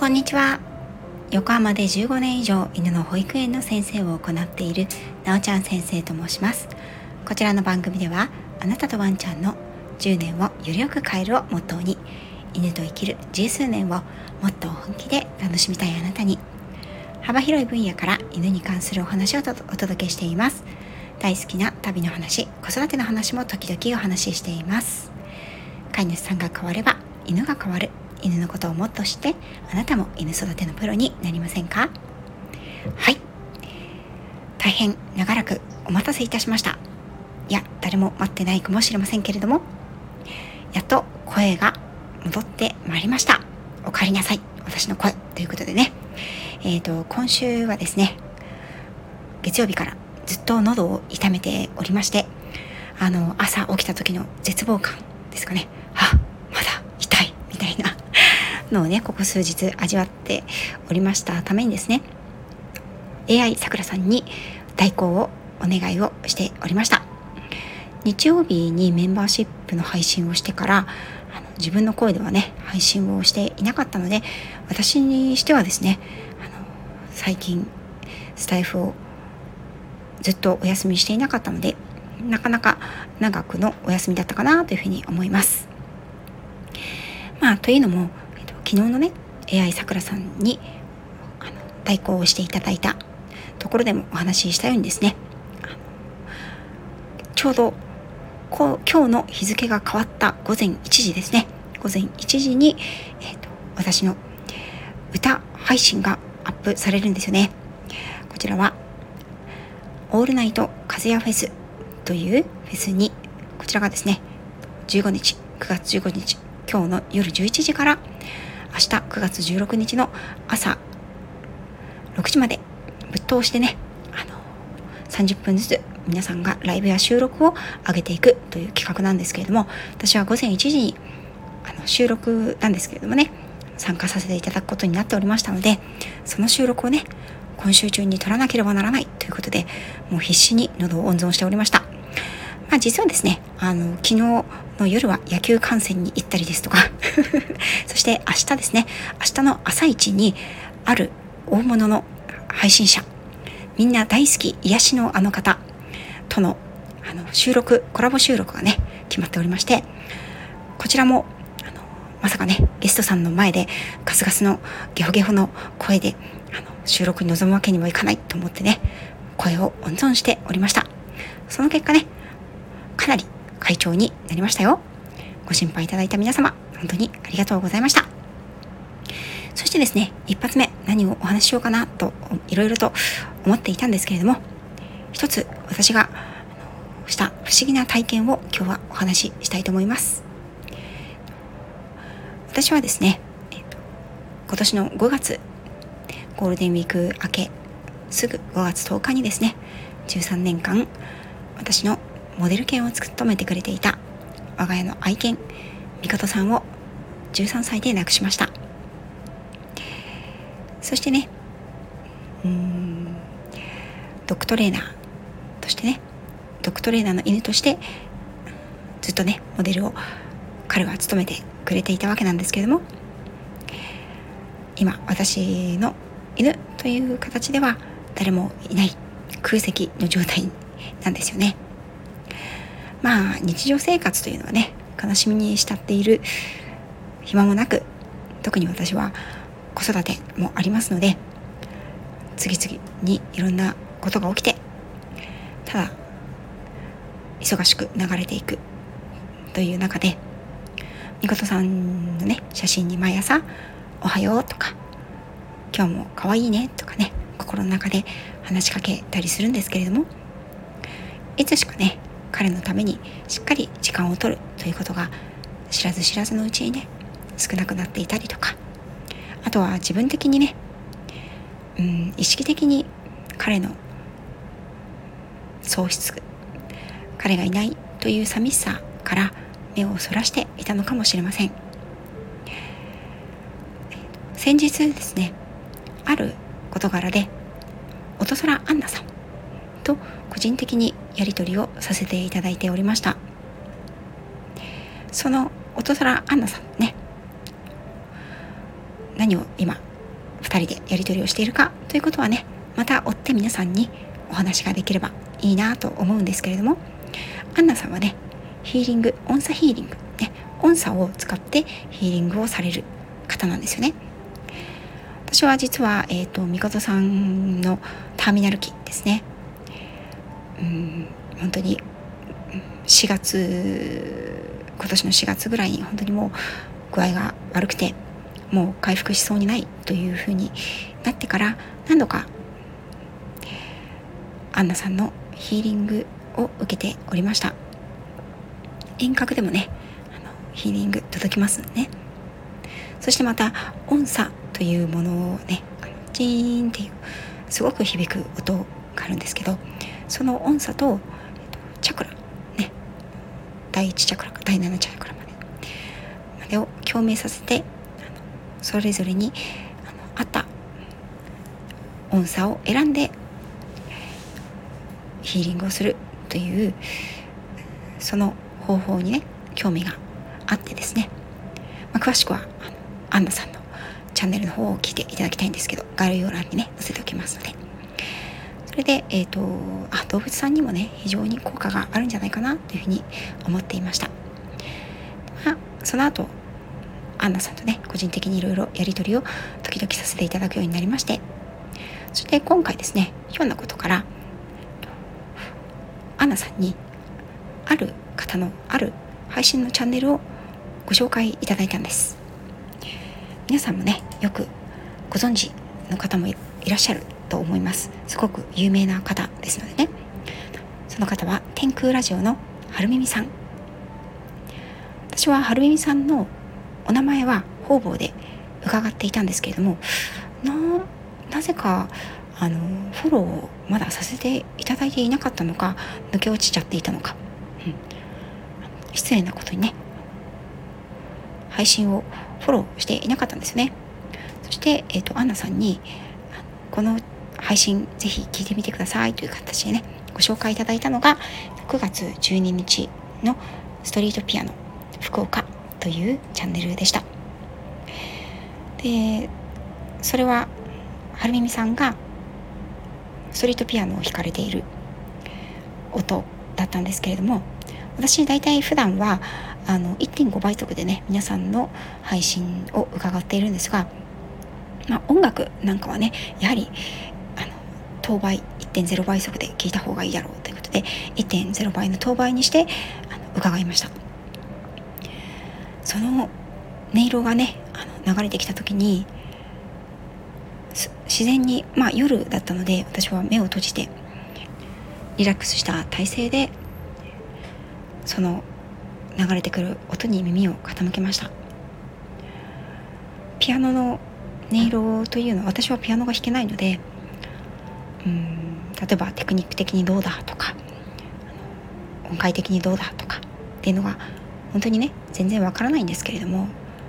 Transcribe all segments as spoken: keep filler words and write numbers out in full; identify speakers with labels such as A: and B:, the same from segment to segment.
A: こんにちは。横浜でじゅうごねん以上犬の保育園の先生を行っているなおちゃん先生と申します。こちらの番組では、あなたとワンちゃんのじゅうねんをよりよく変えるをモットーに、犬と生きる十数年をもっと本気で楽しみたいあなたに、幅広い分野から犬に関するお話をお届けしています。大好きな旅の話、子育ての話も時々お話ししています。飼い主さんが変われば犬が変わる。犬のことをもっと知って、あなたも犬育てのプロになりませんか？はい、大変長らくお待たせいたしました。いや、誰も待ってないかもしれませんけれども、やっと声が戻ってまいりました。お帰りなさい、私の声ということでね、えーと今週はですね、月曜日からずっと喉を痛めておりまして、あの朝起きた時の絶望感ですかね。あ、まだ痛いみたいなのをね、ここ数日味わっておりましたためにですね、 エーアイ さくらさんに代行をお願いをしておりました。日曜日にメンバーシップの配信をしてから、あの自分の声ではね配信をしていなかったので、私にしてはですね、あの最近スタイフをずっとお休みしていなかったので、なかなか長くのお休みだったかなというふうに思います。まあというのも、えっと、昨日のね エーアイ さくらさんにあの代行をしていただいたところでもお話ししたようにですね、あのちょうどこう今日の日付が変わった午前いちじですね。午前いちじに、えっと、私の歌配信がアップされるんですよね。こちらはオールナイトカズヤフェスというフェスに、こちらがですねじゅうごにち、くがつじゅうごにち、今日の夜じゅういちじから明日くがつじゅうろくにちの朝ろくじまでぶっ通してね、あのさんじゅっぷんずつ皆さんがライブや収録を上げていくという企画なんですけれども、私は午前いちじにあの収録なんですけれどもね、参加させていただくことになっておりましたので、その収録をね今週中に撮らなければならないということで、もう必死に喉を温存しておりました。まあ、実はですね、あの昨日の夜は野球観戦に行ったりですとかそして明日ですね、明日の朝一にある大物の配信者、みんな大好き癒しのあの方とのあの収録、コラボ収録がね決まっておりまして、こちらもあのまさかねゲストさんの前でガスガスのゲホゲホの声であの収録に臨むわけにもいかないと思ってね、声を温存しておりました。その結果ね、かなり快調になりましたよ。ご心配いただいた皆様、本当にありがとうございました。そしてですね、一発目何をお話ししようかなといろいろと思っていたんですけれども、一つ私がした不思議な体験を今日はお話ししたいと思います。私はですね、えっと、今年のごがつ、ゴールデンウィーク明けすぐごがつとおかにですね、じゅうさんねんかん私のモデル犬を務めてくれていた我が家の愛犬みことさんをじゅうさんさいで亡くしました。そしてね、うーんドッグトレーナーとしてね、ドッグトレーナーの犬としてずっとねモデルを彼は務めてくれていたわけなんですけれども、今私の犬という形では誰もいない空席の状態なんですよね。まあ日常生活というのはね、悲しみに浸っている暇もなく、特に私は子育てもありますので、次々にいろんなことが起きて、ただ忙しく流れていくという中で、みことさんのね写真に毎朝おはようとか今日も可愛いねとかね、心の中で話しかけたりするんですけれども、いつしかね彼のためにしっかり時間を取るということが知らず知らずのうちにね少なくなっていたりとか、あとは自分的にね、うん、意識的に彼の喪失、彼がいないという寂しさから目をそらしていたのかもしれません。先日ですね、ある事柄で音空アンナさんと個人的にやり取りをさせていただいておりました。その音空アンナさんね、何を今ふたりでやり取りをしているかということはね、また追って皆さんにお話ができればいいなと思うんですけれども、アンナさんはね、ヒーリング、音叉ヒーリング、ね、音叉を使ってヒーリングをされる方なんですよね。私は実は、えーと、みことさんのターミナル期ですね、うん本当にしがつ、今年のしがつぐらいに本当にもう具合が悪くて、もう回復しそうにないという風になってから、何度かアンナさんのヒーリングを受けておりました。遠隔でもね、あのヒーリング届きますね。そしてまた音叉というものをね、チーンっていうすごく響く音があるんですけど、その音叉とチャクラね、だいいちチャクラかだいななチャクラまでまでを共鳴させて、それぞれにあの合った音叉を選んでヒーリングをするという、その方法にね興味があってですね、まあ、詳しくはアンナさんのチャンネルの方を聞いていただきたいんですけど、概要欄にね載せておきますので、それで、えーと、あ動物さんにもね非常に効果があるんじゃないかなというふうに思っていました。まあ、その後アンナさんとね個人的にいろいろやり取りを時々させていただくようになりまして、そして今回ですね、ひょんなことからアンナさんにある方のある配信のチャンネルをご紹介いただいたんです。皆さんもねよくご存知の方もいらっしゃると思います。すごく有名な方ですのでね、その方は天空ラジオのはるみみさん。私ははるみみさんのお名前は方々で伺っていたんですけれども、な, なぜかあのフォローをまださせていただいていなかったのか、抜け落ちちゃっていたのか、うん、失礼なことにね配信をフォローしていなかったんですね。そして、えーと、アンナさんにこの配信ぜひ聞いてみてくださいという形でねご紹介いただいたのがくがつじゅうににちのストリートピアノ福岡というチャンネルでした。でそれははるみみさんがストリートピアノを弾かれている音だったんですけれども、私大体普段はあの いってんご 倍速でね皆さんの配信を伺っているんですが、まあ、音楽なんかはねやはりあの等倍 いってんゼロ 倍速で聞いた方がいいだろうということで いってんゼロ 倍の等倍にしてあの伺いました。その音色がねあの流れてきた時に自然に、まあ夜だったので私は目を閉じてリラックスした体勢でその流れてくる音に耳を傾けました。ピアノの音色というのは、私はピアノが弾けないので、うーん例えばテクニック的にどうだとか音階的にどうだとかっていうのが本当にね全然わからないんですけれども、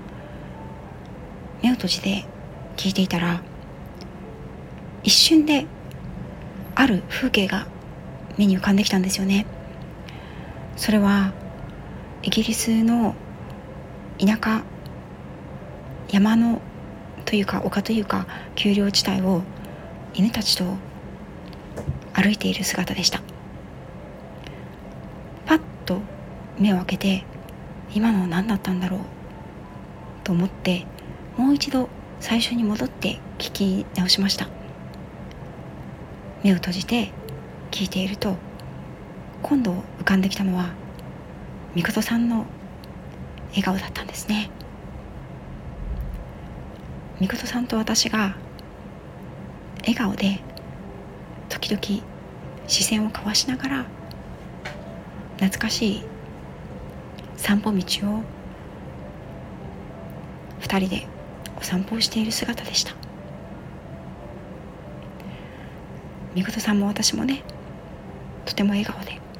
A: 目を閉じて聞いていたら一瞬である風景が目に浮かんできたんですよね。それはイギリスの田舎、山のというか丘というか丘陵地帯を犬たちと歩いている姿でした。パッと目を開けて今のは何だったんだろうと思って、もう一度最初に戻って聞き直しました。目を閉じて聞いていると今度浮かんできたのはみことさんの笑顔だったんですね。みことさんと私が笑顔で時々視線を交わしながら懐かしい散歩道を二人でお散歩をしている姿でした。みことさんも私もねとても笑顔で、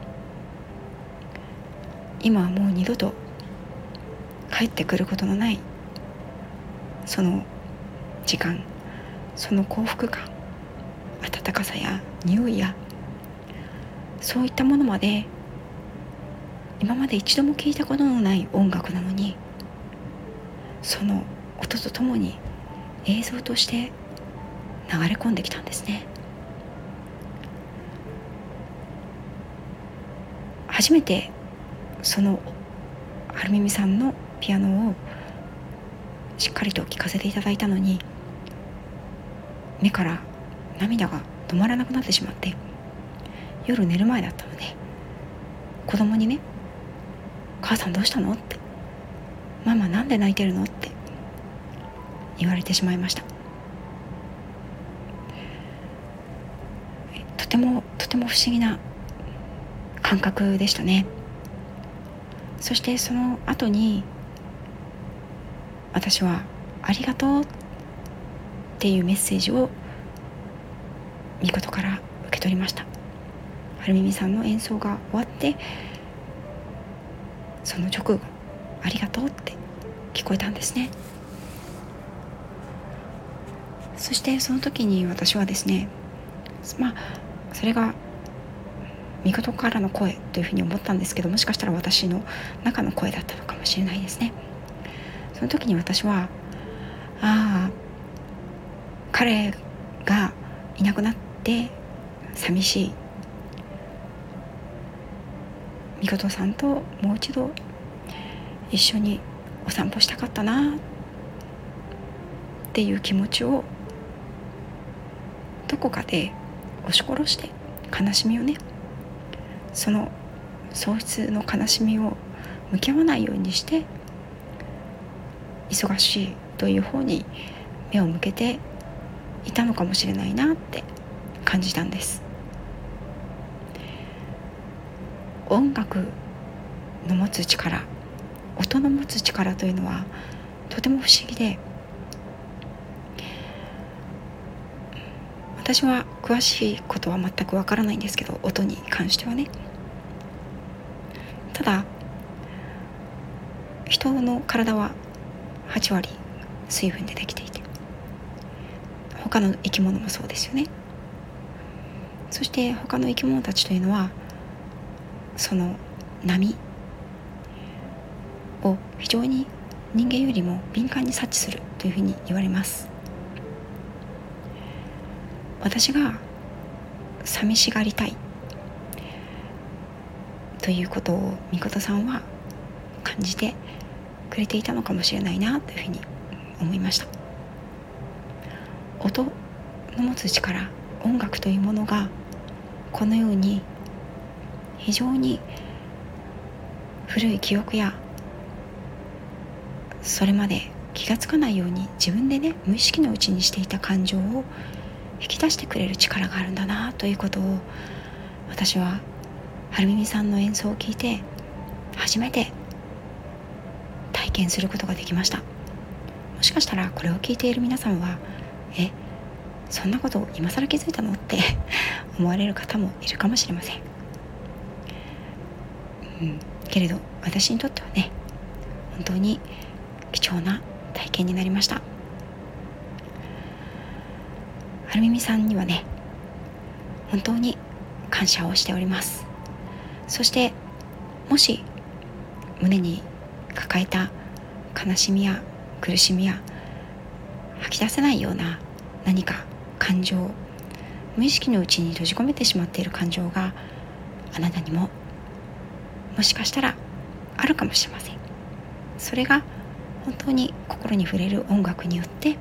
A: 今はもう二度と帰ってくることのないその時間、その幸福感、温かさや匂いやそういったものまで今まで一度も聞いたことのない音楽なのに、その音とともに映像として流れ込んできたんですね。初めてそのはるみみさんのピアノをしっかりと聴かせていただいたのに、目から涙が止まらなくなってしまって、夜寝る前だったので子供にね、母さんどうしたのって、ママなんで泣いてるのって言われてしまいました。とてもとても不思議な感覚でしたね。そしてその後に私はありがとうっていうメッセージをみことから受け取りました。はるみみさんの演奏が終わって、その直後ありがとうって聞こえたんですね。そしてその時に私はですね、まあそれがみことからの声というふうに思ったんですけど、もしかしたら私の中の声だったのかもしれないですね。その時に私は、ああ彼がいなくなって寂しい、みことさんともう一度一緒にお散歩したかったなっていう気持ちをどこかで押し殺して、悲しみをね、その喪失の悲しみを向き合わないようにして、忙しいという方に目を向けていたのかもしれないなって感じたんです。音楽の持つ力、音の持つ力というのはとても不思議で、私は詳しいことは全くわからないんですけど、音に関してはね。ただ人の体ははち割水分でできていて、他の生き物もそうですよね。そして他の生き物たちというのはその波を非常に人間よりも敏感に察知するというふうに言われます。私が寂しがりたいということをみことさんは感じてくれていたのかもしれないなというふうに思いました。音の持つ力、音楽というものがこのように非常に古い記憶や、それまで気がつかないように自分でね、無意識のうちにしていた感情を引き出してくれる力があるんだなということを、私ははるみみさんの演奏を聞いて初めて体験することができました。もしかしたらこれを聞いている皆さんは、えそんなことを今更気づいたのって思われる方もいるかもしれません、うん、けれど私にとってはね、本当に貴重な体験になりました。はるみみさんにはね、本当に感謝をしております。そしてもし胸に抱えた悲しみや苦しみや吐き出せないような何か感情、無意識のうちに閉じ込めてしまっている感情があなたにももしかしたらあるかもしれません。それが本当に心に触れる音楽によって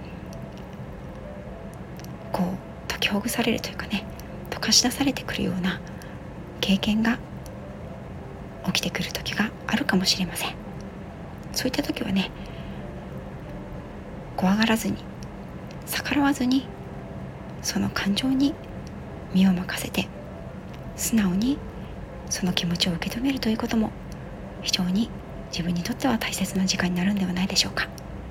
A: こう解きほぐされるというかね、溶かし出されてくるような経験が起きてくる時があるかもしれません。そういった時はね、怖がらずに逆らわずに、その感情に身を任せて素直にその気持ちを受け止めるということも非常に自分にとっては大切な時間になるんではないでしょうか。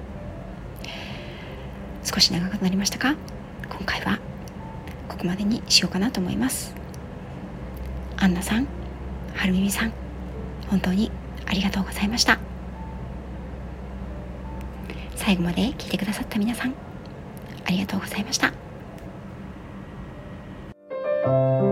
A: 少し長くなりましたが、今回はここまでにしようかなと思います。アンナさん、はるみみさん、本当にありがとうございました。最後まで聞いてくださった皆さん、ありがとうございました。